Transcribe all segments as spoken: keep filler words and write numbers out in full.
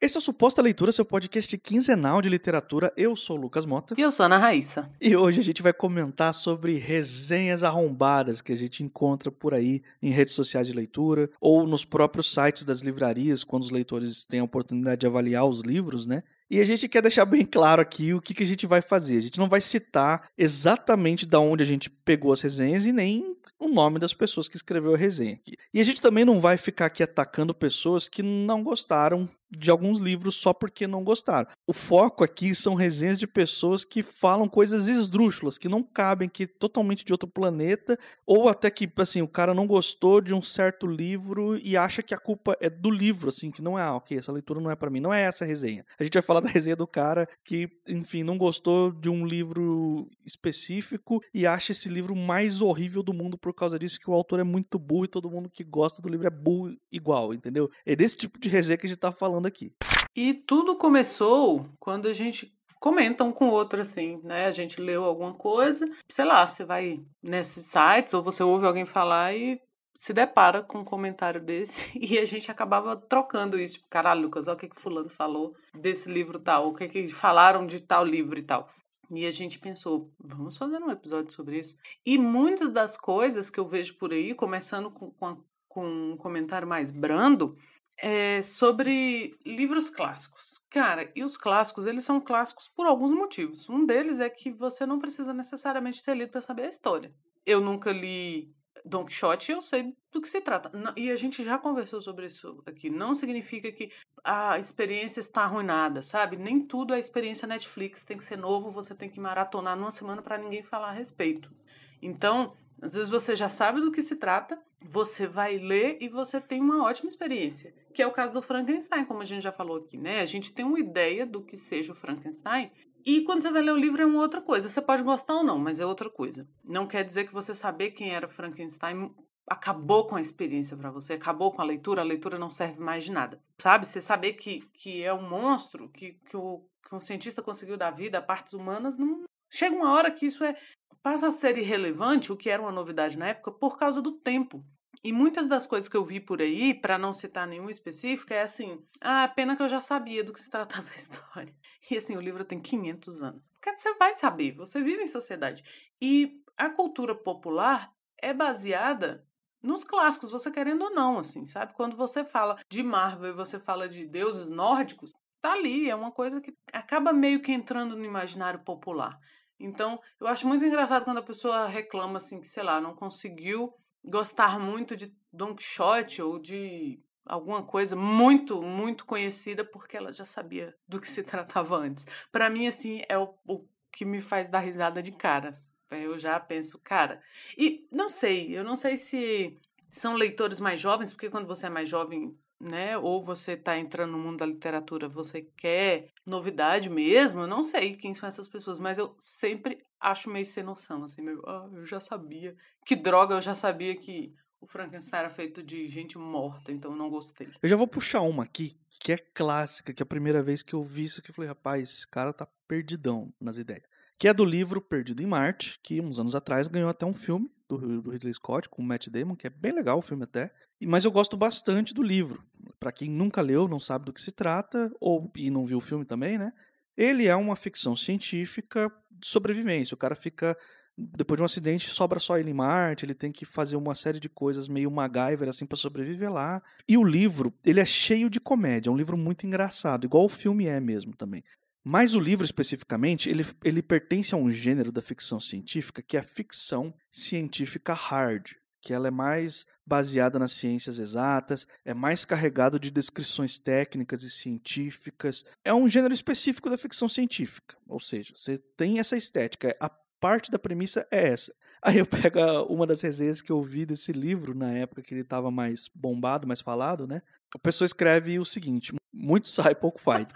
Esse é o Suposta Leitura, seu podcast quinzenal de literatura. Eu sou o Lucas Mota. E eu sou a Ana Raíssa. E hoje a gente vai comentar sobre resenhas arrombadas que a gente encontra por aí em redes sociais de leitura ou nos próprios sites das livrarias, quando os leitores têm a oportunidade de avaliar os livros, né? E a gente quer deixar bem claro aqui o que, que a gente vai fazer. A gente não vai citar exatamente de onde a gente pegou as resenhas e nem o nome das pessoas que escreveu a resenha aqui. E a gente também não vai ficar aqui atacando pessoas que não gostaram de alguns livros só porque não gostaram. O foco aqui são resenhas de pessoas que falam coisas esdrúxulas, que não cabem, que é totalmente de outro planeta, ou até que, assim, o cara não gostou de um certo livro e acha que a culpa é do livro, assim, que não é, ah, ok, essa leitura não é pra mim, não é essa a resenha. A gente vai falar da resenha do cara que, enfim, não gostou de um livro específico e acha esse livro mais horrível do mundo por causa disso, que o autor é muito burro e todo mundo que gosta do livro é burro igual, entendeu? É desse tipo de resenha que a gente tá falando aqui. E tudo começou quando a gente comenta um com o outro, assim, né? A gente leu alguma coisa, sei lá, você vai nesses sites ou você ouve alguém falar e se depara com um comentário desse e a gente acabava trocando isso. Tipo, caralho, Lucas, olha o que que fulano falou desse livro tal, o que que falaram de tal livro e tal. E a gente pensou, vamos fazer um episódio sobre isso. E muitas das coisas que eu vejo por aí, começando com, com, com um comentário mais brando, é sobre livros clássicos. Cara, e os clássicos, eles são clássicos por alguns motivos. Um deles é que você não precisa necessariamente ter lido para saber a história. Eu nunca li Don Quixote e eu sei do que se trata. E a gente já conversou sobre isso aqui. Não significa que a experiência está arruinada, sabe? Nem tudo é experiência Netflix. Tem que ser novo, você tem que maratonar numa semana para ninguém falar a respeito. Então, às vezes você já sabe do que se trata, você vai ler e você tem uma ótima experiência. Que é o caso do Frankenstein, como a gente já falou aqui, né? A gente tem uma ideia do que seja o Frankenstein e quando você vai ler o livro é uma outra coisa. Você pode gostar ou não, mas é outra coisa. Não quer dizer que você saber quem era Frankenstein acabou com a experiência para você, acabou com a leitura, a leitura não serve mais de nada. Sabe? Você saber que, que é um monstro, que, que, o, que um cientista conseguiu dar vida a partes humanas, não... chega uma hora que isso é passa a ser irrelevante, o que era uma novidade na época, por causa do tempo. E muitas das coisas que eu vi por aí, para não citar nenhuma específica, é assim, ah, pena que eu já sabia do que se tratava a história. E assim, o livro tem quinhentos anos. Porque você vai saber, você vive em sociedade. E a cultura popular é baseada nos clássicos, você querendo ou não, assim, sabe? Quando você fala de Marvel e você fala de deuses nórdicos, tá ali, é uma coisa que acaba meio que entrando no imaginário popular. Então, eu acho muito engraçado quando a pessoa reclama, assim, que, sei lá, não conseguiu gostar muito de Don Quixote ou de alguma coisa muito, muito conhecida porque ela já sabia do que se tratava antes. Para mim, assim, é o, o que me faz dar risada de cara. Eu já penso, cara... E não sei, eu não sei se são leitores mais jovens, porque quando você é mais jovem, né, ou você está entrando no mundo da literatura, você quer novidade mesmo, eu não sei quem são essas pessoas, mas eu sempre acho meio sem noção, assim, meio, ah, eu já sabia, que droga, eu já sabia que o Frankenstein era feito de gente morta, então eu não gostei. Eu já vou puxar uma aqui, que é clássica, que é a primeira vez que eu vi isso aqui, eu falei, rapaz, esse cara tá perdidão nas ideias. Que é do livro Perdido em Marte, que uns anos atrás ganhou até um filme do, do Ridley Scott, com o Matt Damon, que é bem legal o filme até. Mas eu gosto bastante do livro. Pra quem nunca leu, não sabe do que se trata, ou e não viu o filme também, né? Ele é uma ficção científica de sobrevivência. O cara fica... Depois de um acidente, sobra só ele em Marte, ele tem que fazer uma série de coisas meio MacGyver, assim, pra sobreviver lá. E o livro, ele é cheio de comédia, é um livro muito engraçado, igual o filme é mesmo também. Mas o livro, especificamente, ele, ele pertence a um gênero da ficção científica que é a ficção científica hard, que ela é mais baseada nas ciências exatas, é mais carregado de descrições técnicas e científicas. É um gênero específico da ficção científica, ou seja, você tem essa estética, a parte da premissa é essa. Aí eu pego uma das resenhas que eu vi desse livro, na época que ele estava mais bombado, mais falado, né? A pessoa escreve o seguinte, muito sai, pouco faz.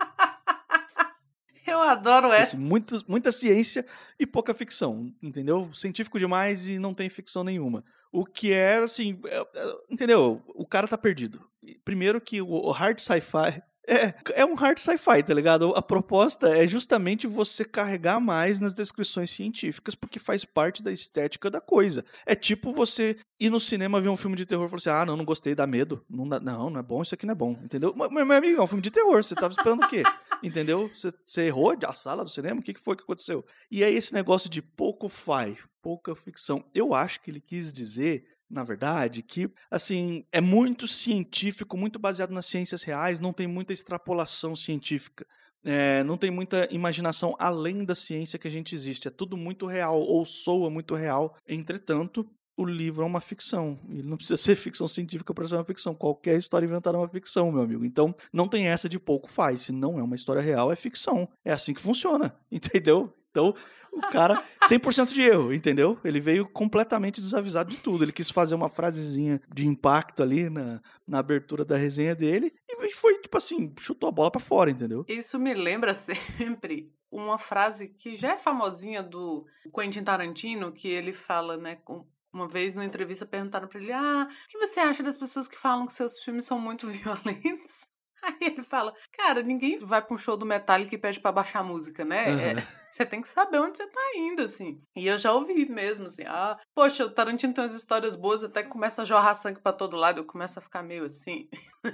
Eu adoro essa. Muita, muita ciência e pouca ficção, entendeu? Científico demais e não tem ficção nenhuma. O que é, assim, é, é, entendeu? O cara tá perdido. Primeiro que o hard sci-fi É, é um hard sci-fi, tá ligado? A proposta é justamente você carregar mais nas descrições científicas, porque faz parte da estética da coisa. É tipo você ir no cinema ver um filme de terror e falar assim, ah, não, não gostei, dá medo. Não, dá, não, não é bom, isso aqui não é bom, entendeu? Mas, meu amigo, é um filme de terror, você tava esperando o quê? Entendeu? Você, você errou a sala do cinema? O que, que foi que aconteceu? E aí esse negócio de pouco faz, pouca ficção. Eu acho que ele quis dizer, na verdade, que, assim, é muito científico, muito baseado nas ciências reais, não tem muita extrapolação científica. É, não tem muita imaginação além da ciência que a gente existe. É tudo muito real, ou soa muito real. Entretanto, o livro é uma ficção. Ele não precisa ser ficção científica para ser uma ficção. Qualquer história inventada é uma ficção, meu amigo. Então, não tem essa de pouco faz. Se não é uma história real, é ficção. É assim que funciona, entendeu? Então, o cara, cem por cento de erro, entendeu? Ele veio completamente desavisado de tudo. Ele quis fazer uma frasezinha de impacto ali na, na abertura da resenha dele e foi, tipo assim, chutou a bola pra fora, entendeu? Isso me lembra sempre uma frase que já é famosinha do Quentin Tarantino, que ele fala, né, com... Uma vez, numa entrevista, perguntaram pra ele, ah, o que você acha das pessoas que falam que seus filmes são muito violentos? Aí ele fala, cara, ninguém vai pra um show do Metallica e pede pra baixar a música, né? Uhum. É, você tem que saber onde você tá indo, assim. E eu já ouvi mesmo, assim, ah, poxa, o Tarantino tem umas histórias boas, até que começa a jorrar sangue pra todo lado, eu começo a ficar meio assim.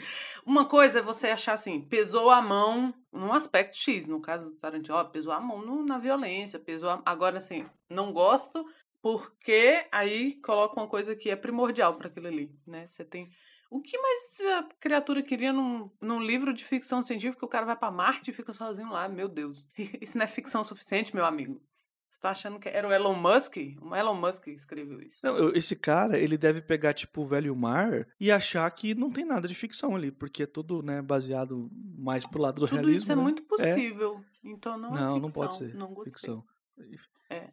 Uma coisa é você achar assim, pesou a mão num aspecto X, no caso do Tarantino, ó, pesou a mão no, na violência, pesou a... Agora, assim, não gosto... Porque aí coloca uma coisa que é primordial para aquilo ali, né? Você tem... O que mais a criatura queria num, num livro de ficção científica? O cara vai para Marte e fica sozinho lá, meu Deus. Isso não é ficção suficiente, meu amigo? Você tá achando que era o Elon Musk? O Elon Musk escreveu isso. Não, esse cara, ele deve pegar, tipo, o Velho Mar e achar que não tem nada de ficção ali, porque é tudo, né, baseado mais pro lado do Tudo realismo, isso é né? muito possível. É. Então não, não é ficção. Não, pode ser não gostei. ficção. É.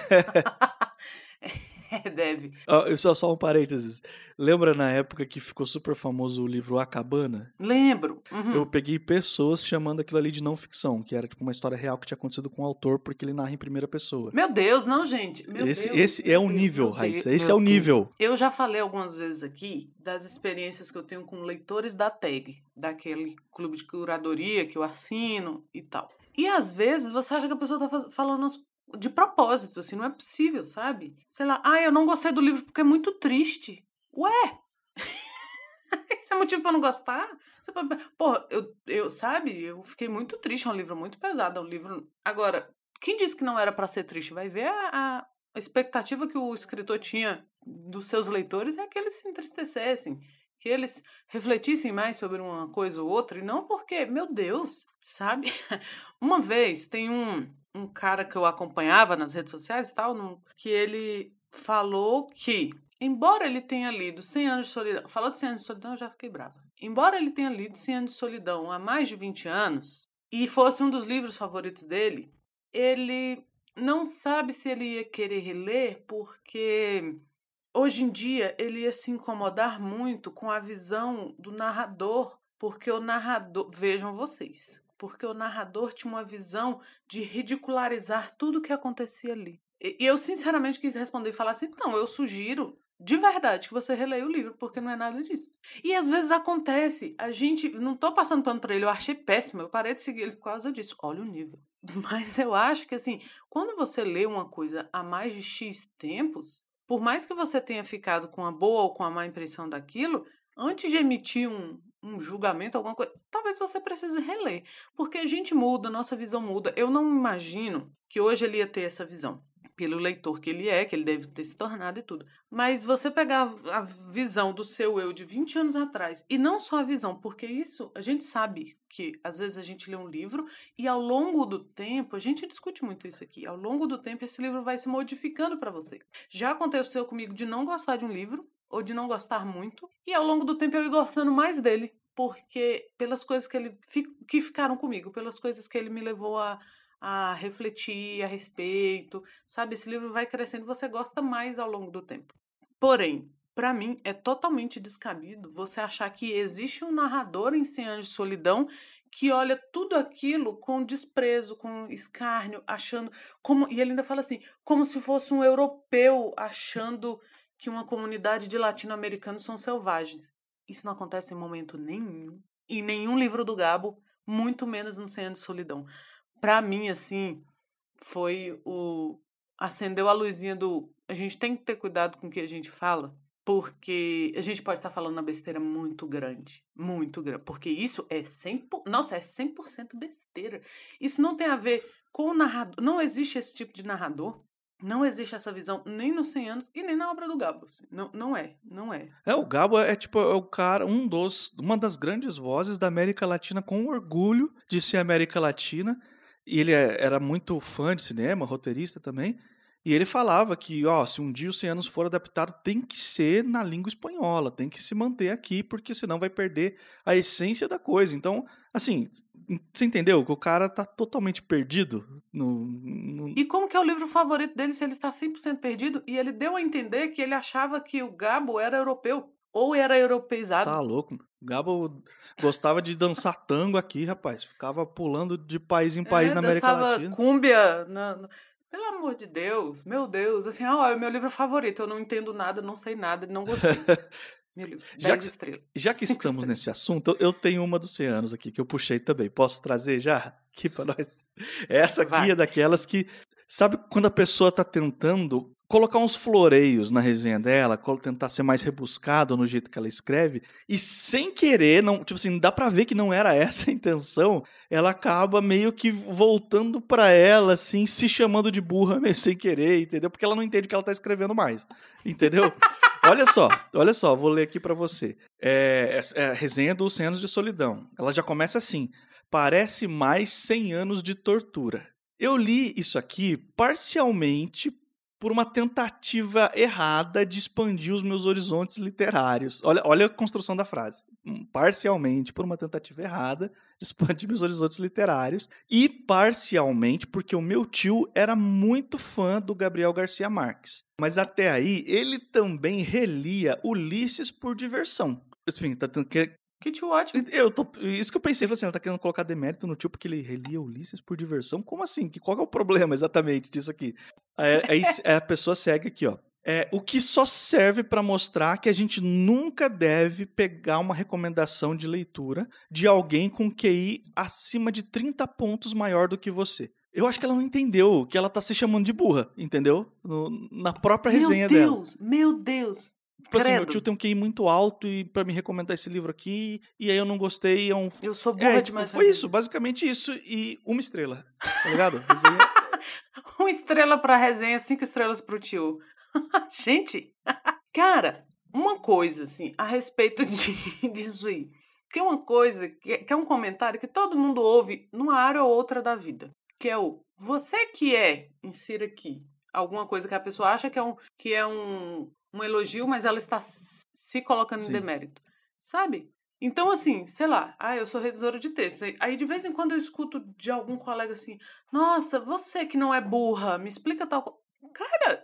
É, deve. Uh, só, só um parênteses. Lembra na época que ficou super famoso o livro A Cabana? Lembro. Uhum. Eu peguei pessoas chamando aquilo ali de não ficção, que era tipo uma história real que tinha acontecido com o autor, porque ele narra em primeira pessoa. Meu Deus, não, gente. Meu esse Deus, esse meu é o Deus, nível, Deus, Raíssa. Esse é o nível. Deus. Eu já falei algumas vezes aqui das experiências que eu tenho com leitores da Tag, daquele clube de curadoria que eu assino e tal. E às vezes você acha que a pessoa tá falando de propósito, assim, não é possível, sabe? Sei lá, ah, eu não gostei do livro porque é muito triste. Ué! Isso é motivo pra não gostar? Porra, eu, eu, sabe, eu fiquei muito triste, é um livro muito pesado, é um livro... Agora, quem disse que não era pra ser triste? Vai ver a, a, a expectativa que o escritor tinha dos seus leitores é que eles se entristecessem, que eles refletissem mais sobre uma coisa ou outra, e não porque, meu Deus, sabe? Uma vez, tem um... um cara que eu acompanhava nas redes sociais e tal, num, que ele falou que, embora ele tenha lido cem anos de Solidão, falou de cem anos de Solidão, eu já fiquei brava. Embora ele tenha lido cem anos de Solidão há mais de vinte anos, e fosse um dos livros favoritos dele, ele não sabe se ele ia querer reler, porque hoje em dia ele ia se incomodar muito com a visão do narrador, porque o narrador, vejam vocês, porque o narrador tinha uma visão de ridicularizar tudo o que acontecia ali. E eu, sinceramente, quis responder e falar assim, então, eu sugiro, de verdade, que você releia o livro, porque não é nada disso. E às vezes acontece, a gente, não tô passando pano pra ele, eu achei péssimo, eu parei de seguir ele por causa disso, olha o nível. Mas eu acho que, assim, quando você lê uma coisa há mais de X tempos, por mais que você tenha ficado com a boa ou com a má impressão daquilo, antes de emitir um, um julgamento, alguma coisa, talvez você precise reler. Porque a gente muda, nossa visão muda. Eu não imagino que hoje ele ia ter essa visão. Pelo leitor que ele é, que ele deve ter se tornado e tudo. Mas você pegar a visão do seu eu de vinte anos atrás, e não só a visão, porque isso, a gente sabe que às vezes a gente lê um livro e ao longo do tempo, a gente discute muito isso aqui, ao longo do tempo esse livro vai se modificando para você. Já aconteceu comigo de não gostar de um livro, ou de não gostar muito, e ao longo do tempo eu ir gostando mais dele, porque pelas coisas que ele que ficaram comigo, pelas coisas que ele me levou a a refletir a respeito, sabe? Esse livro vai crescendo e você gosta mais ao longo do tempo. Porém, para mim, é totalmente descabido você achar que existe um narrador em cem anos de Solidão que olha tudo aquilo com desprezo, com escárnio, achando... como E ele ainda fala assim, como se fosse um europeu achando que uma comunidade de latino-americanos são selvagens. Isso não acontece em momento nenhum. em nenhum livro do Gabo, muito menos no Cem Anos de Solidão. Pra mim, assim, foi o... acendeu a luzinha do... A gente tem que ter cuidado com o que a gente fala, porque a gente pode estar falando uma besteira muito grande, muito grande, porque isso é cem por cento, nossa, é cem por cento besteira. Isso não tem a ver com o narrador, não existe esse tipo de narrador, não existe essa visão nem nos cem anos e nem na obra do Gabo. Assim. Não, não é, não é. É, o Gabo é tipo é o cara, um dos, uma das grandes vozes da América Latina, com orgulho de ser América Latina. E ele é, era muito fã de cinema, roteirista também. E ele falava que, ó, se um dia os cem anos for adaptado, tem que ser na língua espanhola, tem que se manter aqui, porque senão vai perder a essência da coisa. Então, assim, você entendeu que o cara tá totalmente perdido? No, no... E como que é o livro favorito dele se ele está cem por cento perdido? E ele deu a entender que ele achava que o Gabo era europeu, ou era europeizado. Tá louco. O Gabo gostava de dançar tango aqui, rapaz. Ficava pulando de país em país é, na América Latina. Dançava cúmbia... Na, na... Pelo amor de Deus, meu Deus, assim, ó, é o meu livro favorito, eu não entendo nada, não sei nada, não gostei. Meu livro, já dez que, estrelas. Já que estamos estrelas. Nesse assunto, eu tenho uma dos cem anos aqui, que eu puxei também. Posso trazer já aqui pra nós? Essa aqui Vai. É daquelas que... Sabe quando a pessoa tá tentando colocar uns floreios na resenha dela, tentar ser mais rebuscado no jeito que ela escreve, e sem querer, não, tipo assim, dá pra ver que não era essa a intenção, ela acaba meio que voltando pra ela, assim, se chamando de burra meio sem querer, entendeu? Porque ela não entende o que ela tá escrevendo mais, entendeu? Olha só, olha só, vou ler aqui pra você. É, é a resenha dos cem anos de solidão. Ela já começa assim: parece mais cem anos de tortura. Eu li isso aqui parcialmente por uma tentativa errada de expandir os meus horizontes literários. Olha, olha a construção da frase. Parcialmente por uma tentativa errada de expandir meus horizontes literários e parcialmente porque o meu tio era muito fã do Gabriel Garcia Marques. Mas até aí, ele também relia Ulisses por diversão. Enfim, tá tendo que... Que tio ótimo. Eu tô, isso que eu pensei, assim, ela tá querendo colocar demérito no tio porque ele relia Ulisses por diversão? Como assim? Qual que é o problema exatamente disso aqui? Aí, aí a pessoa segue aqui, ó. É, o que só serve para mostrar que a gente nunca deve pegar uma recomendação de leitura de alguém com Q I acima de trinta pontos maior do que você. Eu acho que ela não entendeu que ela tá se chamando de burra, entendeu? No, na própria resenha dela. Meu Deus, dela. meu Deus. Tipo assim, meu tio tem um Q I muito alto e pra me recomendar esse livro aqui, e aí eu não gostei, é um... Eu sou burra é, demais. Tipo, foi isso, basicamente isso, e uma estrela, tá ligado? Resenha... uma estrela pra resenha, cinco estrelas pro tio. Gente, cara, uma coisa, assim, a respeito de, disso aí, que é uma coisa, que é, que é um comentário que todo mundo ouve numa área ou outra da vida, que é o, você que é, insira aqui, alguma coisa que a pessoa acha que é um, que é um, um elogio, mas ela está se colocando Sim. em demérito, sabe? Então, assim, sei lá, ah, eu sou revisora de texto. Aí, de vez em quando, eu escuto de algum colega assim, nossa, você que não é burra, me explica tal coisa. Cara,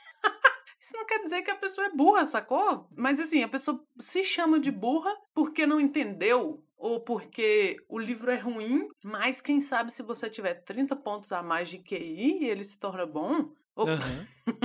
isso não quer dizer que a pessoa é burra, sacou? Mas, assim, a pessoa se chama de burra porque não entendeu ou porque o livro é ruim, mas quem sabe se você tiver trinta pontos a mais de Q I e ele se torna bom... Oh. Uhum.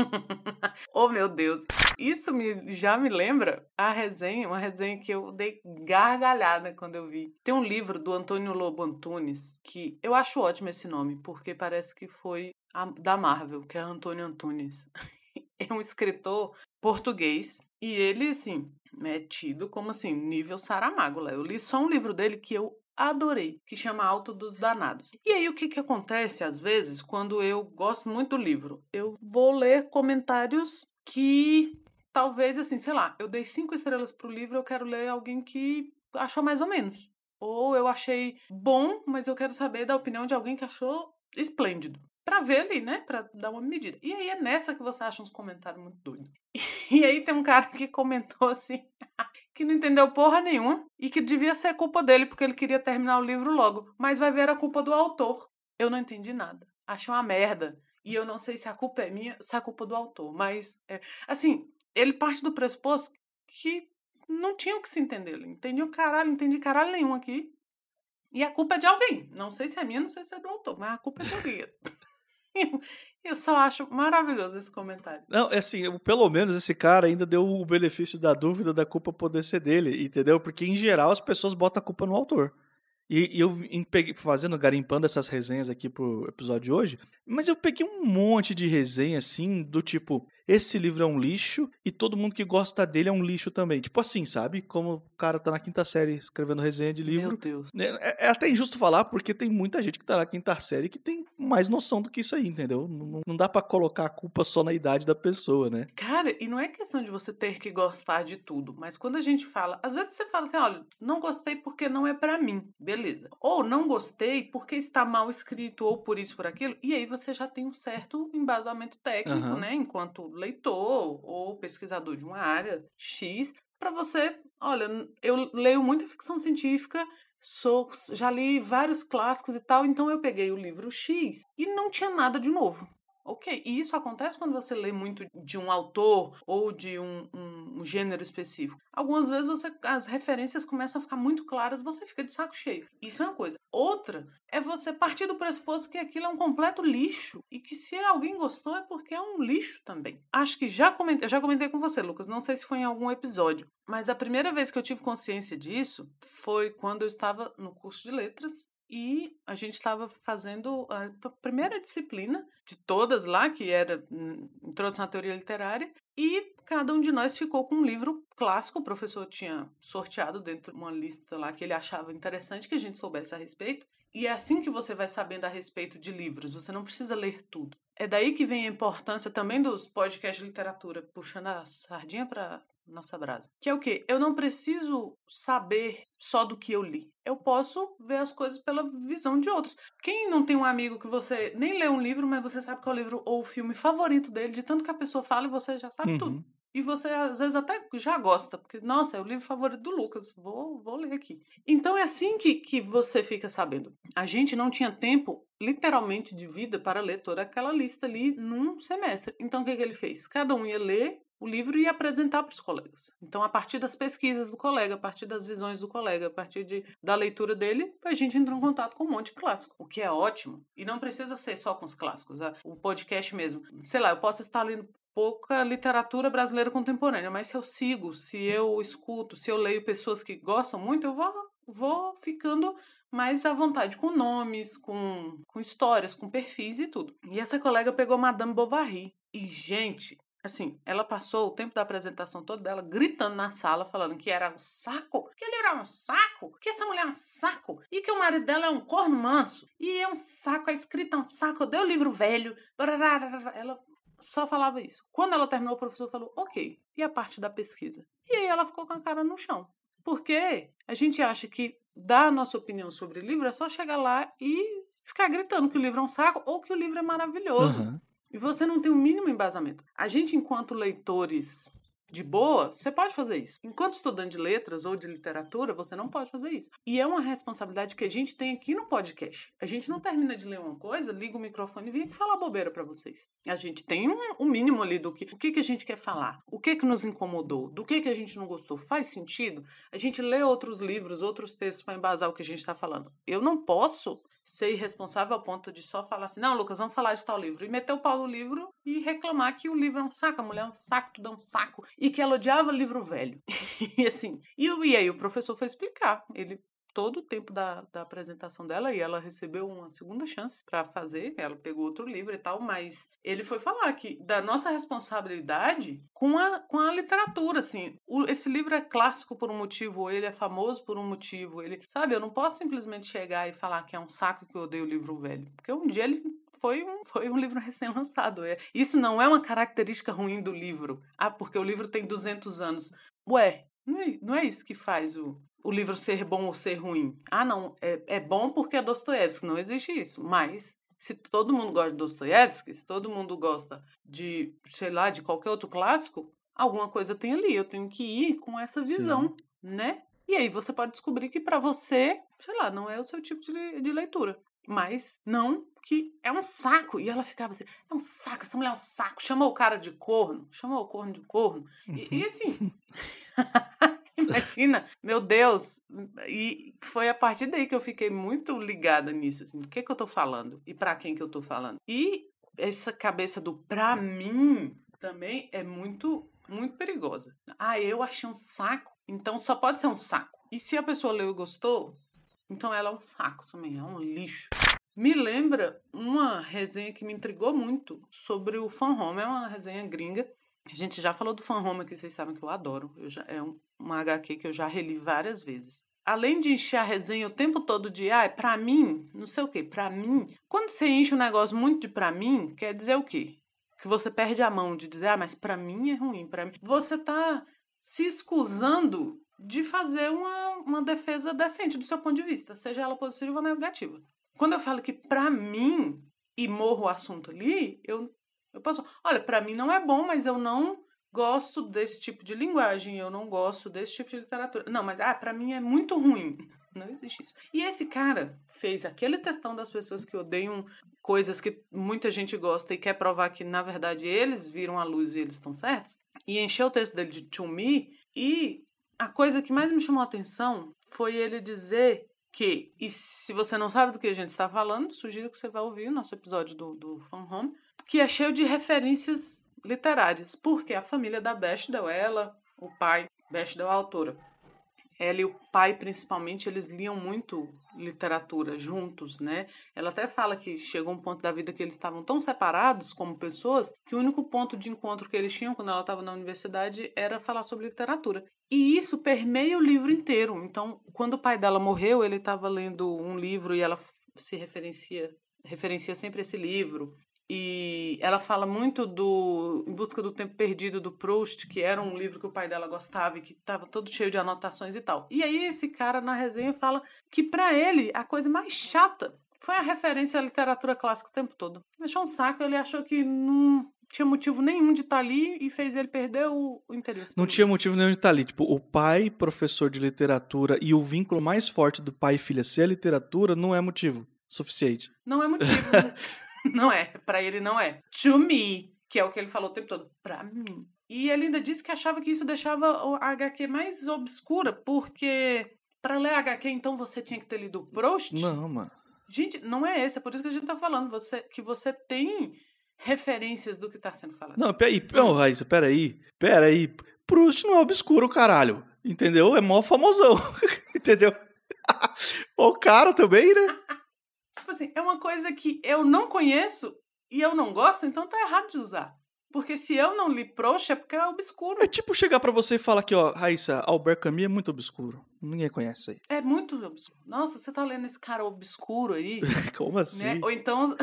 Oh, meu Deus. Isso me, já me lembra a resenha, uma resenha que eu dei gargalhada quando eu vi. Tem um livro do Antônio Lobo Antunes, que eu acho ótimo esse nome, porque parece que foi a, da Marvel, que é Antônio Antunes. É um escritor português e ele, assim, é tido como, assim, nível Saramago lá. Eu li só um livro dele que eu adorei, que chama Alto dos Danados. E aí, o que que acontece, às vezes, quando eu gosto muito do livro? Eu vou ler comentários que, talvez, assim, sei lá, eu dei cinco estrelas pro livro, eu quero ler alguém que achou mais ou menos. Ou eu achei bom, mas eu quero saber da opinião de alguém que achou esplêndido. Pra ver ali, né? Pra dar uma medida. E aí é nessa que você acha uns comentários muito doidos. E aí tem um cara que comentou assim, que não entendeu porra nenhuma e que devia ser culpa dele porque ele queria terminar o livro logo. Mas vai ver a culpa do autor. Eu não entendi nada. Achei uma merda. E eu não sei se a culpa é minha, se é a culpa do autor. Mas, é, assim, ele parte do pressuposto que não tinha o que se entender. Ele entendeu caralho, não entendi caralho nenhum aqui. E a culpa é de alguém. Não sei se é minha, não sei se é do autor, mas a culpa é de alguém. Eu só acho maravilhoso esse comentário. Não, é assim, eu- pelo menos esse cara ainda deu o benefício da dúvida da culpa poder ser dele, entendeu? Porque em geral as pessoas botam a culpa no autor. E, e eu em- peguei- fazendo, garimpando essas resenhas aqui pro episódio de hoje, mas eu peguei um monte de resenha assim, do tipo, esse livro é um lixo e todo mundo que gosta dele é um lixo também. Tipo assim, sabe? Como o cara tá na quinta série escrevendo resenha de Meu livro. Deus. É, é até injusto falar, porque tem muita gente que tá na quinta série que tem mais noção do que isso aí, entendeu? Não, não dá pra colocar a culpa só na idade da pessoa, né? Cara, e não é questão de você ter que gostar de tudo, mas quando a gente fala, às vezes você fala assim, olha, não gostei porque não é pra mim, beleza. Ou não gostei porque está mal escrito, ou por isso, por aquilo, e aí você já tem um certo embasamento técnico, Aham. né, enquanto leitor ou pesquisador de uma área X, pra você, olha, eu leio muita ficção científica, sou, já li vários clássicos e tal, então eu peguei o livro X e não tinha nada de novo. Ok, e isso acontece quando você lê muito de um autor ou de um, um, um gênero específico. Algumas vezes você, as referências começam a ficar muito claras, você fica de saco cheio. Isso é uma coisa. Outra é você partir do pressuposto que aquilo é um completo lixo e que se alguém gostou é porque é um lixo também. Acho que já comentei, eu já comentei com você, Lucas, não sei se foi em algum episódio, mas a primeira vez que eu tive consciência disso foi quando eu estava no curso de letras. E a gente estava fazendo a primeira disciplina de todas lá, que era hum, Introdução à Teoria Literária, e cada um de nós ficou com um livro clássico. O professor tinha sorteado dentro de uma lista lá que ele achava interessante que a gente soubesse a respeito. E é assim que você vai sabendo a respeito de livros, você não precisa ler tudo. É daí que vem a importância também dos podcasts de literatura, puxando a sardinha para nossa brasa. Que é o quê? Eu não preciso saber só do que eu li. Eu posso ver as coisas pela visão de outros. Quem não tem um amigo que você nem lê um livro, mas você sabe qual é o livro ou o filme favorito dele, de tanto que a pessoa fala e você já sabe Uhum. tudo. E você, às vezes, até já gosta, porque, nossa, é o livro favorito do Lucas, vou, vou ler aqui. Então, é assim que, que você fica sabendo. A gente não tinha tempo, literalmente, de vida para ler toda aquela lista ali num semestre. Então, o que, que ele fez? Cada um ia ler o livro e apresentar para os colegas. Então, a partir das pesquisas do colega, a partir das visões do colega, a partir de, da leitura dele, a gente entrou em contato com um monte de clássico, o que é ótimo. E não precisa ser só com os clássicos. O podcast mesmo. Sei lá, eu posso estar lendo pouca literatura brasileira contemporânea, mas se eu sigo, se eu escuto, se eu leio pessoas que gostam muito, eu vou, vou ficando mais à vontade com nomes, com, com histórias, com perfis e tudo. E essa colega pegou Madame Bovary. E, gente, assim, ela passou o tempo da apresentação toda dela gritando na sala, falando que era um saco, que ele era um saco, que essa mulher é um saco, e que o marido dela é um corno manso, e é um saco, a escrita é um saco, eu dei o livro velho. Ela só falava isso. Quando ela terminou, o professor falou, ok, e a parte da pesquisa? E aí ela ficou com a cara no chão. Porque a gente acha que dar a nossa opinião sobre o livro é só chegar lá e ficar gritando que o livro é um saco ou que o livro é maravilhoso. Uhum. E você não tem o mínimo embasamento. A gente, enquanto leitores de boa, você pode fazer isso. Enquanto estudante de letras ou de literatura, você não pode fazer isso. E é uma responsabilidade que a gente tem aqui no podcast. A gente não termina de ler uma coisa, liga o microfone e vem aqui falar bobeira pra vocês. A gente tem um, um mínimo ali do que, o que, que a gente quer falar, o que que nos incomodou, do que que a gente não gostou. Faz sentido? A gente lê outros livros, outros textos para embasar o que a gente está falando. Eu não posso ser irresponsável ao ponto de só falar assim, não, Lucas, vamos falar de tal livro. E meter o pau no livro e reclamar que o livro é um saco, a mulher é um saco, tudo é um saco. E que ela odiava livro velho. E assim, e, e aí o professor foi explicar. Ele, todo o tempo da, da apresentação dela, e ela recebeu uma segunda chance para fazer, ela pegou outro livro e tal, mas ele foi falar que da nossa responsabilidade com a, com a literatura, assim, o, esse livro é clássico por um motivo, ele é famoso por um motivo, ele, sabe, eu não posso simplesmente chegar e falar que é um saco que eu odeio o livro velho, porque um dia ele foi um, foi um livro recém-lançado. Isso não é uma característica ruim do livro. Ah, porque o livro tem duzentos anos. Ué, não é, não é isso que faz o, o livro ser bom ou ser ruim. Ah, não, é, é bom porque é Dostoiévski. Não existe isso. Mas, se todo mundo gosta de Dostoiévski, se todo mundo gosta de, sei lá, de qualquer outro clássico, alguma coisa tem ali. Eu tenho que ir com essa visão, sim, né? E aí você pode descobrir que pra você, sei lá, não é o seu tipo de, de leitura. Mas não que é um saco. E ela ficava assim, é um saco, essa mulher é um saco. Chamou o cara de corno, chamou o corno de corno. Uhum. E, e assim, imagina, meu Deus. E foi a partir daí que eu fiquei muito ligada nisso, assim, o que que eu tô falando e pra quem que eu tô falando. E essa cabeça do pra mim também é muito, muito perigosa. Ah, eu achei um saco, então só pode ser um saco. E se a pessoa leu e gostou, então ela é um saco também, é um lixo. Me lembra uma resenha que me intrigou muito sobre o Fan Home, é uma resenha gringa. A gente já falou do Fan Home aqui, vocês sabem que eu adoro. Eu já, é um, uma agá quê que eu já reli várias vezes. Além de encher a resenha o tempo todo de, ah, pra mim, não sei o quê, pra mim. Quando você enche um negócio muito de pra mim, quer dizer o quê? Que você perde a mão de dizer, ah, mas pra mim é ruim, pra mim. Você tá se escusando de fazer uma, uma defesa decente do seu ponto de vista, seja ela positiva ou negativa. Quando eu falo que pra mim, e morro o assunto ali, eu, eu posso... Olha, pra mim não é bom, mas eu não gosto desse tipo de linguagem, eu não gosto desse tipo de literatura. Não, mas, ah, pra mim é muito ruim. Não existe isso. E esse cara fez aquele textão das pessoas que odeiam coisas que muita gente gosta e quer provar que, na verdade, eles viram a luz e eles estão certos. E encheu o texto dele de to me. E a coisa que mais me chamou a atenção foi ele dizer que, e se você não sabe do que a gente está falando, sugiro que você vá ouvir o nosso episódio do, do Fan Home, que é cheio de referências literárias, porque a família da Bechdel, ela, o pai, Bechdel, a autora, ela e o pai, principalmente, eles liam muito literatura juntos, né? Ela até fala que chegou um ponto da vida que eles estavam tão separados como pessoas que o único ponto de encontro que eles tinham quando ela estava na universidade era falar sobre literatura. E isso permeia o livro inteiro. Então, quando o pai dela morreu, ele estava lendo um livro e ela se referencia, referencia sempre esse livro. E ela fala muito do Em Busca do Tempo Perdido, do Proust, que era um livro que o pai dela gostava e que estava todo cheio de anotações e tal. E aí esse cara na resenha fala que pra ele a coisa mais chata foi a referência à literatura clássica o tempo todo. Achou um saco, ele achou que não tinha motivo nenhum de estar ali e fez ele perder o, o interesse. Não tinha motivo nenhum de estar ali. Tipo, o pai, professor de literatura, e o vínculo mais forte do pai e filha ser a literatura não é motivo suficiente. Não é motivo. Não é, pra ele não é. To me, que é o que ele falou o tempo todo. Pra mim. E ele ainda disse que achava que isso deixava a agá quê mais obscura, porque pra ler a agá quê, então você tinha que ter lido o Proust? Não, mano. Gente, não é esse, é por isso que a gente tá falando, você, que você tem referências do que tá sendo falado. Não, peraí, não, Raíssa, peraí, peraí. Proust não é obscuro, caralho. Entendeu? É mó famosão. Entendeu? O cara também, né? Tipo assim, é uma coisa que eu não conheço e eu não gosto, então tá errado de usar. Porque se eu não li Proust é porque é obscuro. É tipo chegar pra você e falar que, ó, Raíssa, Albert Camus é muito obscuro. Ninguém conhece isso aí. É muito obscuro. Nossa, você tá lendo esse cara obscuro aí? Como assim? Né? Ou então...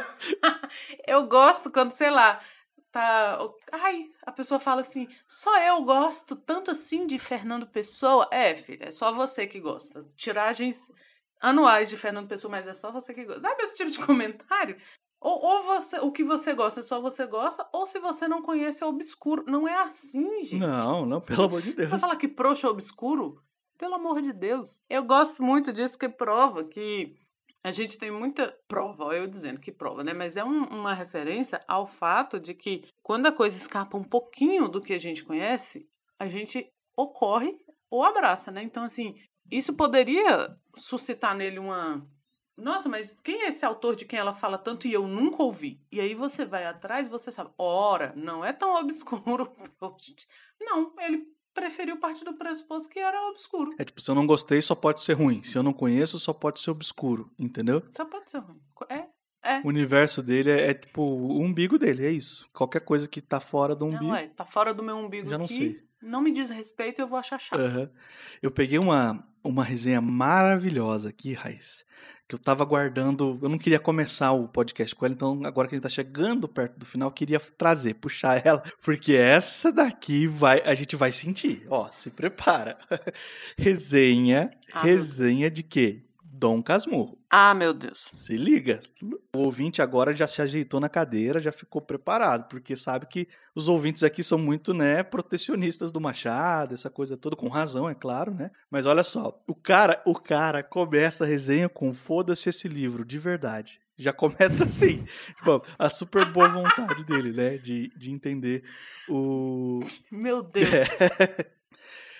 eu gosto quando, sei lá, tá... Ai, a pessoa fala assim, só eu gosto tanto assim de Fernando Pessoa. É, filha, é só você que gosta. Tiragens anuais de Fernando Pessoa, mas é só você que gosta. Sabe esse tipo de comentário? Ou, ou você, o que você gosta, só você gosta, ou se você não conhece, é obscuro. Não é assim, gente. Não, não, pelo amor de Deus. Pra falar que Proust é obscuro, pelo amor de Deus. Eu gosto muito disso, que prova que a gente tem muita prova, eu dizendo que prova, né? Mas é um, uma referência ao fato de que quando a coisa escapa um pouquinho do que a gente conhece, a gente ou corre ou abraça, né? Então, assim, isso poderia suscitar nele uma... Nossa, mas quem é esse autor de quem ela fala tanto e eu nunca ouvi? E aí você vai atrás e você sabe, ora, não é tão obscuro. Não, ele preferiu partir do pressuposto que era obscuro. É tipo, se eu não gostei, só pode ser ruim. Se eu não conheço, só pode ser obscuro, entendeu? Só pode ser ruim. É, é. O universo dele é, é tipo o umbigo dele, é isso. Qualquer coisa que tá fora do umbigo... Não, é, tá fora do meu umbigo já não aqui, sei. Não me diz respeito, eu vou achar chato. Uhum. Eu peguei uma, uma resenha maravilhosa aqui, Raiz, que eu tava guardando, eu não queria começar o podcast com ela, então agora que a gente tá chegando perto do final, eu queria trazer, puxar ela, porque essa daqui vai, a gente vai sentir, ó, se prepara. Resenha, ah, resenha de quê? Dom Casmurro. Ah, meu Deus. Se liga. O ouvinte agora já se ajeitou na cadeira, já ficou preparado, porque sabe que os ouvintes aqui são muito, né, protecionistas do Machado, essa coisa toda, com razão, é claro, né? Mas olha só, o cara, o cara começa a resenha com foda-se esse livro, de verdade. Já começa assim, tipo, a super boa vontade dele, né, de, de entender o... Meu Deus. É.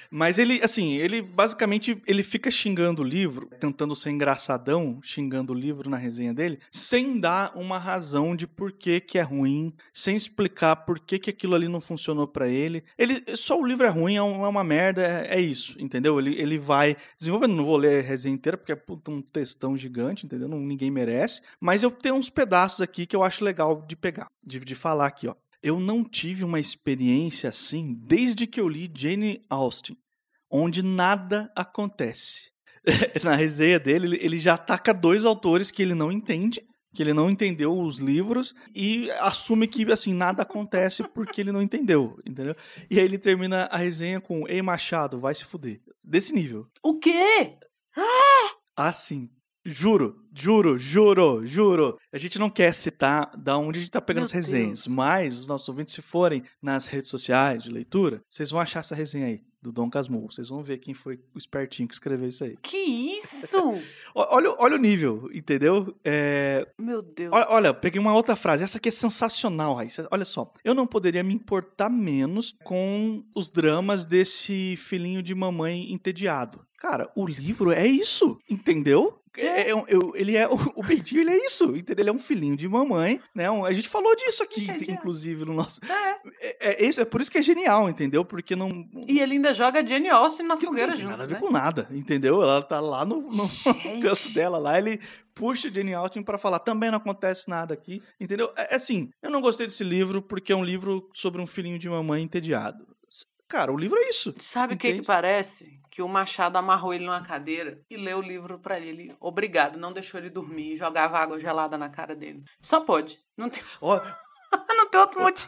Mas ele, assim, ele basicamente ele fica xingando o livro, tentando ser engraçadão, xingando o livro na resenha dele, sem dar uma razão de por que que é ruim, sem explicar por que que aquilo ali não funcionou pra ele. Ele só o livro é ruim, é uma merda, é, é isso, entendeu? Ele, ele vai desenvolvendo, não vou ler a resenha inteira, porque é puta, um textão gigante, entendeu? Não, ninguém merece. Mas eu tenho uns pedaços aqui que eu acho legal de pegar, de, de falar aqui, ó. Eu não tive uma experiência assim desde que eu li Jane Austen, onde nada acontece. Na resenha dele, ele já ataca dois autores que ele não entende, que ele não entendeu os livros e assume que assim nada acontece porque ele não entendeu, entendeu? E aí ele termina a resenha com Ei, Machado, vai se fuder. Desse nível. O quê? Assim. Juro, juro, juro, juro. A gente não quer citar da onde a gente tá pegando Meu as resenhas, Deus. mas os nossos ouvintes, se forem nas redes sociais de leitura, vocês vão achar essa resenha aí, do Dom Casmurro. Vocês vão ver quem foi o espertinho que escreveu isso aí. Que isso? Olha, olha o nível, entendeu? É... Meu Deus. Olha, olha, peguei uma outra frase. Essa aqui é sensacional, Raíssa. Olha só. Eu não poderia me importar menos com os dramas desse filhinho de mamãe entediado. Cara, o livro é isso, entendeu? É, é, é, ele é, o Bentinho, ele é isso, entendeu? Ele é um filhinho de mamãe, né? Um, a gente falou disso aqui, Entendi. inclusive, no nosso... É. É, é, isso, é por isso que é genial, entendeu? Porque não... E ele ainda joga a Jane Austen na fogueira não tem junto, nada a ver né? com nada, entendeu? Ela tá lá no, no canto dela, lá ele puxa Jane Austen pra falar, também não acontece nada aqui, entendeu? É, é assim, eu não gostei desse livro porque é um livro sobre um filhinho de mamãe entediado. Cara, o livro é isso. Sabe o que que parece? Que o Machado amarrou ele numa cadeira e leu o livro pra ele. Obrigado, não deixou ele dormir e jogava água gelada na cara dele. Só pode. Não tem, Ó, não tem outro motivo.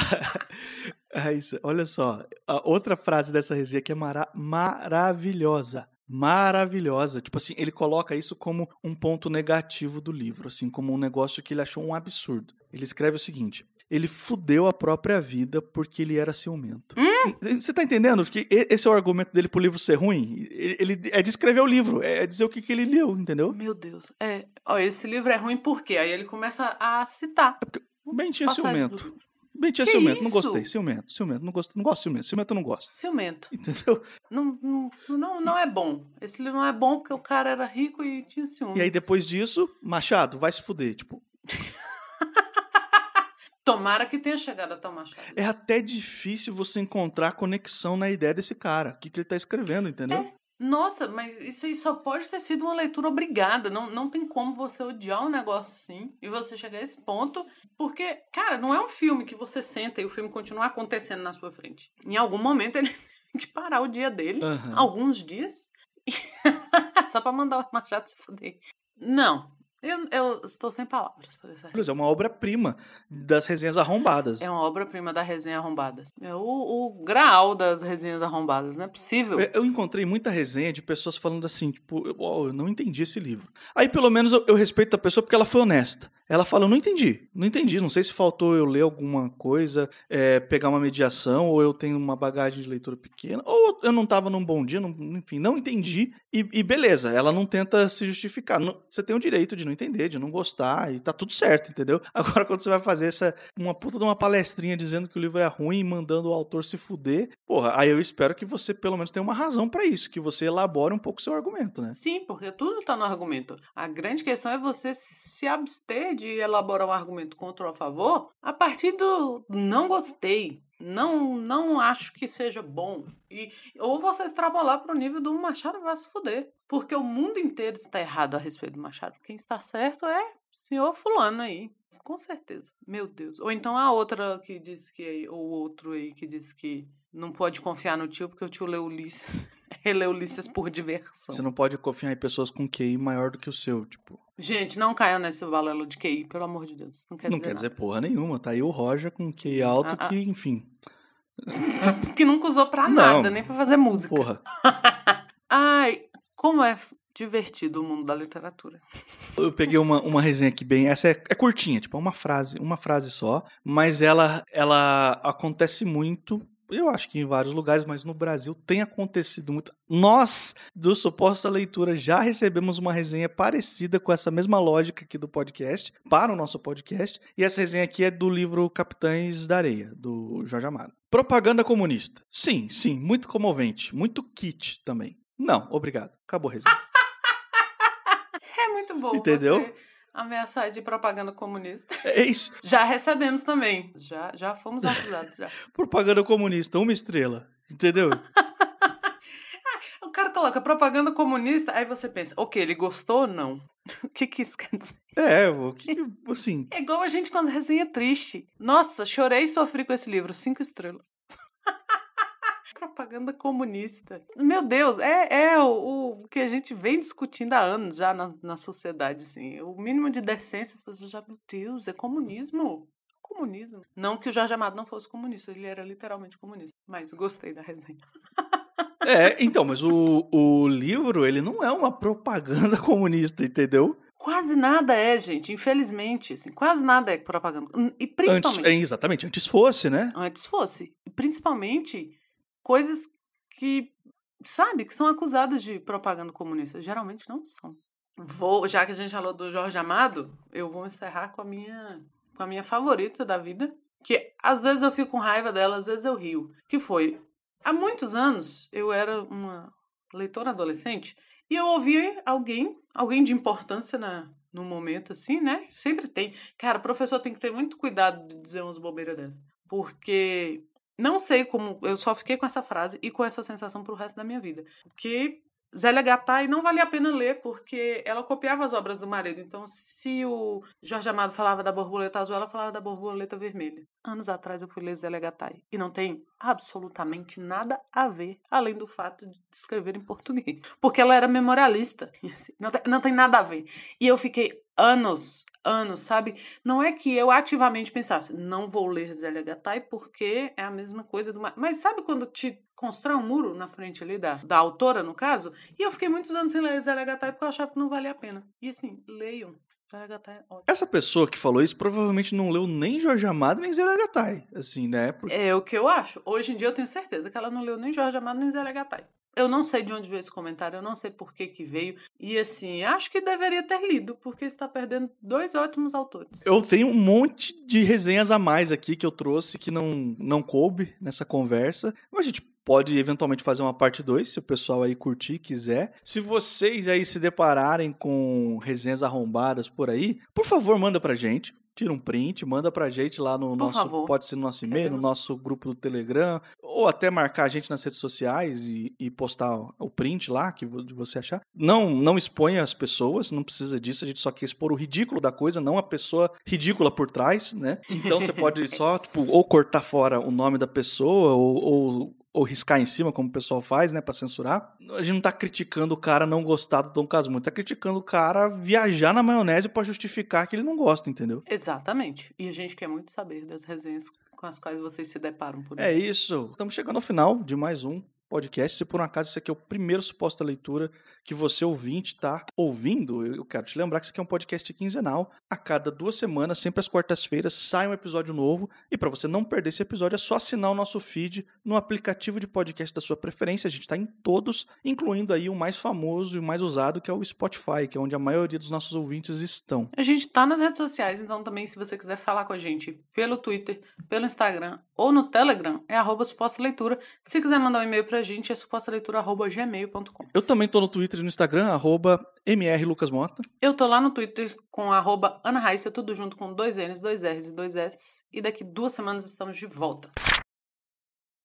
Raíssa, olha só. A outra frase dessa resenha que é mara- maravilhosa. Maravilhosa. Tipo assim, ele coloca isso como um ponto negativo do livro, assim, como um negócio que ele achou um absurdo. Ele escreve o seguinte: ele fudeu a própria vida porque ele era ciumento. Hum? Você tá entendendo? Porque esse é o argumento dele pro livro ser ruim. Ele, ele é descrever o livro, é dizer o que, que ele leu, entendeu? Meu Deus. É, ó, esse livro é ruim por quê? Aí ele começa a citar. É porque bem tinha Passagem ciumento. do- Bem tinha Que ciumento, não isso? gostei. Ciumento, ciumento, não gosto, não gosto de ciumento. Ciumento eu não gosto. Ciumento. Entendeu? Não, não, não, não é bom. Esse livro não é bom porque o cara era rico e tinha ciúmes. E aí depois disso, Machado, vai se fuder. Tipo, Tomara que tenha chegado até o Machado. é até difícil você encontrar conexão na ideia desse cara. O que, que ele tá escrevendo, entendeu? É. Nossa, mas isso aí só pode ter sido uma leitura obrigada. Não, não tem como você odiar um negócio assim e você chegar a esse ponto. Porque, cara, não é um filme que você senta e o filme continua acontecendo na sua frente. Em algum momento ele tem que parar o dia dele. Aham. Alguns dias. Só pra mandar o Machado se fuder. Não. Eu, eu estou sem palavras pra isso. É uma obra-prima das resenhas arrombadas. É uma obra-prima da resenha arrombadas. É o, o graal das resenhas arrombadas. Não é possível. Eu- Eu encontrei muita resenha de pessoas falando assim, tipo, eu, ó, eu não entendi esse livro. Aí, pelo menos, eu, eu respeito a pessoa porque ela foi honesta. Ela fala, eu não entendi, não entendi. Não sei se faltou eu ler alguma coisa, é, pegar uma mediação, ou eu tenho uma bagagem de leitura pequena, ou eu não estava num bom dia, não- enfim, não entendi. E, e beleza, ela não tenta se justificar. Não- você tem o direito de não entender, de não gostar, e tá tudo certo, entendeu? Agora, quando você vai fazer essa, uma puta de uma palestrinha dizendo que o livro é ruim e mandando o autor se fuder, porra, aí eu espero que você pelo menos tenha uma razão pra isso, que você elabore um pouco o seu argumento, né? Sim, porque tudo está no argumento. A grande questão é você se abster de elaborar um argumento contra ou a favor a partir do não gostei, não não acho que seja bom. E, ou você extrapolar para o nível do Machado vai se fuder. Porque o mundo inteiro está errado a respeito do Machado. Quem está certo é o senhor fulano aí. Com certeza. Meu Deus. Ou então a outra que diz que... Ou outro aí que diz que não pode confiar no tio porque o tio lê Ulisses. Ele lê Ulisses por diversão. Você não pode confiar em pessoas com Q I maior do que o seu, tipo... Gente, não caia nesse valelo de Q I, pelo amor de Deus. Não quer não dizer quer nada. dizer porra nenhuma. Tá aí o Roger com Q I alto Ah, ah. que, enfim... Que nunca usou pra Não. nada, nem pra fazer música. Porra. Ai, como é divertido o mundo da literatura. Eu peguei uma, uma resenha aqui bem... Essa é, é curtinha, tipo, é uma frase, uma frase só. Mas ela, ela acontece muito... eu acho que em vários lugares, mas no Brasil tem acontecido muito. Nós, do Suposta Leitura, já recebemos uma resenha parecida com essa mesma lógica aqui do podcast, para o nosso podcast, e essa resenha aqui é do livro Capitães da Areia, do Jorge Amado. Propaganda comunista. Sim, sim, muito comovente, muito kit também. Não, obrigado. Acabou a resenha. É muito bom. Entendeu? Você ameaçar de propaganda comunista. É isso. Já recebemos também. Já, já fomos acusados. Já. Propaganda comunista, uma estrela. Entendeu? O cara coloca propaganda comunista, aí você pensa, ok, ele gostou ou não? O que que isso quer dizer? É, o que, assim... É igual a gente com as resenhas tristes. Nossa, chorei e sofri com esse livro. Cinco estrelas. Propaganda comunista. Meu Deus, é, é o, o que a gente vem discutindo há anos já na, na sociedade, assim. O mínimo de decência, as pessoas já, meu Deus, é comunismo. Comunismo. Não que o Jorge Amado não fosse comunista, ele era literalmente comunista. Mas gostei da resenha. É, então, mas o, o livro, ele não é uma propaganda comunista, entendeu? Quase nada é, gente, infelizmente, assim, quase nada é propaganda. E principalmente... Antes, é, exatamente, antes fosse, né? Antes fosse. E principalmente coisas que, sabe, que são acusadas de propaganda comunista. Geralmente não são. Vou, já que a gente falou do Jorge Amado, eu vou encerrar com a minha, com a minha favorita da vida, que às vezes eu fico com raiva dela, às vezes eu rio. Que foi, há muitos anos, eu era uma leitora adolescente e eu ouvi alguém, alguém de importância na, no momento, assim, né? Sempre tem. Cara, o professor tem que ter muito cuidado de dizer umas bobeiras dessas. Porque não sei como... Eu só fiquei com essa frase e com essa sensação pro resto da minha vida. Porque Zélia Gattai não valia a pena ler, porque ela copiava as obras do marido. Então, se o Jorge Amado falava da borboleta azul, ela falava da borboleta vermelha. Anos atrás eu fui ler Zélia Gattai. E não tem absolutamente nada a ver, além do fato de escrever em português. Porque ela era memorialista. Não tem, não tem nada a ver. E eu fiquei anos, anos, sabe? Não é que eu ativamente pensasse, não vou ler Zélia Gattai porque é a mesma coisa do... Mas sabe quando te constrói um muro na frente ali da, da autora, no caso? E eu fiquei muitos anos sem ler Zélia Gattai porque eu achava que não valia a pena. E assim, leiam. Zélia Gattai é ótimo. Essa pessoa que falou isso provavelmente não leu nem Jorge Amado nem Zélia Gattai, assim, né? Porque... É o que eu acho. Hoje em dia eu tenho certeza que ela não leu nem Jorge Amado nem Zélia Gattai. Eu não sei de onde veio esse comentário, eu não sei por que que veio. E assim, acho que deveria ter lido, porque está perdendo dois ótimos autores. Eu tenho um monte de resenhas a mais aqui que eu trouxe que não, não coube nessa conversa. Mas a gente pode eventualmente fazer uma parte dois, se o pessoal aí curtir, quiser. Se vocês aí se depararem com resenhas arrombadas por aí, por favor, manda pra gente. Tira um print, manda pra gente lá no Por nosso, favor. pode ser no nosso e-mail, Queremos. no nosso grupo do Telegram, ou até marcar a gente nas redes sociais e, e postar o print lá, que vo- você achar. Não, não exponha as pessoas, não precisa disso, a gente só quer expor o ridículo da coisa, não a pessoa ridícula por trás, né? Então você pode só, tipo, ou cortar fora o nome da pessoa, ou... ou ou riscar em cima, como o pessoal faz, né, pra censurar. A gente não tá criticando o cara não gostar do Dom Casmurro, tá criticando o cara viajar na maionese pra justificar que ele não gosta, entendeu? Exatamente. E a gente quer muito saber das resenhas com as quais vocês se deparam por É aí. isso. Estamos chegando ao final de mais um podcast. Se por um acaso esse aqui é o primeiro Suposta Leitura que você ouvinte tá ouvindo, eu quero te lembrar que isso aqui é um podcast quinzenal. A cada duas semanas, sempre às quartas-feiras, sai um episódio novo. E para você não perder esse episódio, é só assinar o nosso feed no aplicativo de podcast da sua preferência. A gente está em todos, incluindo aí o mais famoso e o mais usado, que é o Spotify, que é onde a maioria dos nossos ouvintes estão. A gente tá nas redes sociais, então também se você quiser falar com a gente pelo Twitter, pelo Instagram ou no Telegram, é arroba Suposta Leitura. Se quiser mandar um e-mail pra gente, é supostaleitura arroba gmail ponto com. Eu também tô no Twitter e no Instagram, arroba mrlucasmota. Eu tô lá no Twitter com arroba Ana Raíssa, tudo junto com dois N's, dois R's e dois S. E daqui duas semanas estamos de volta.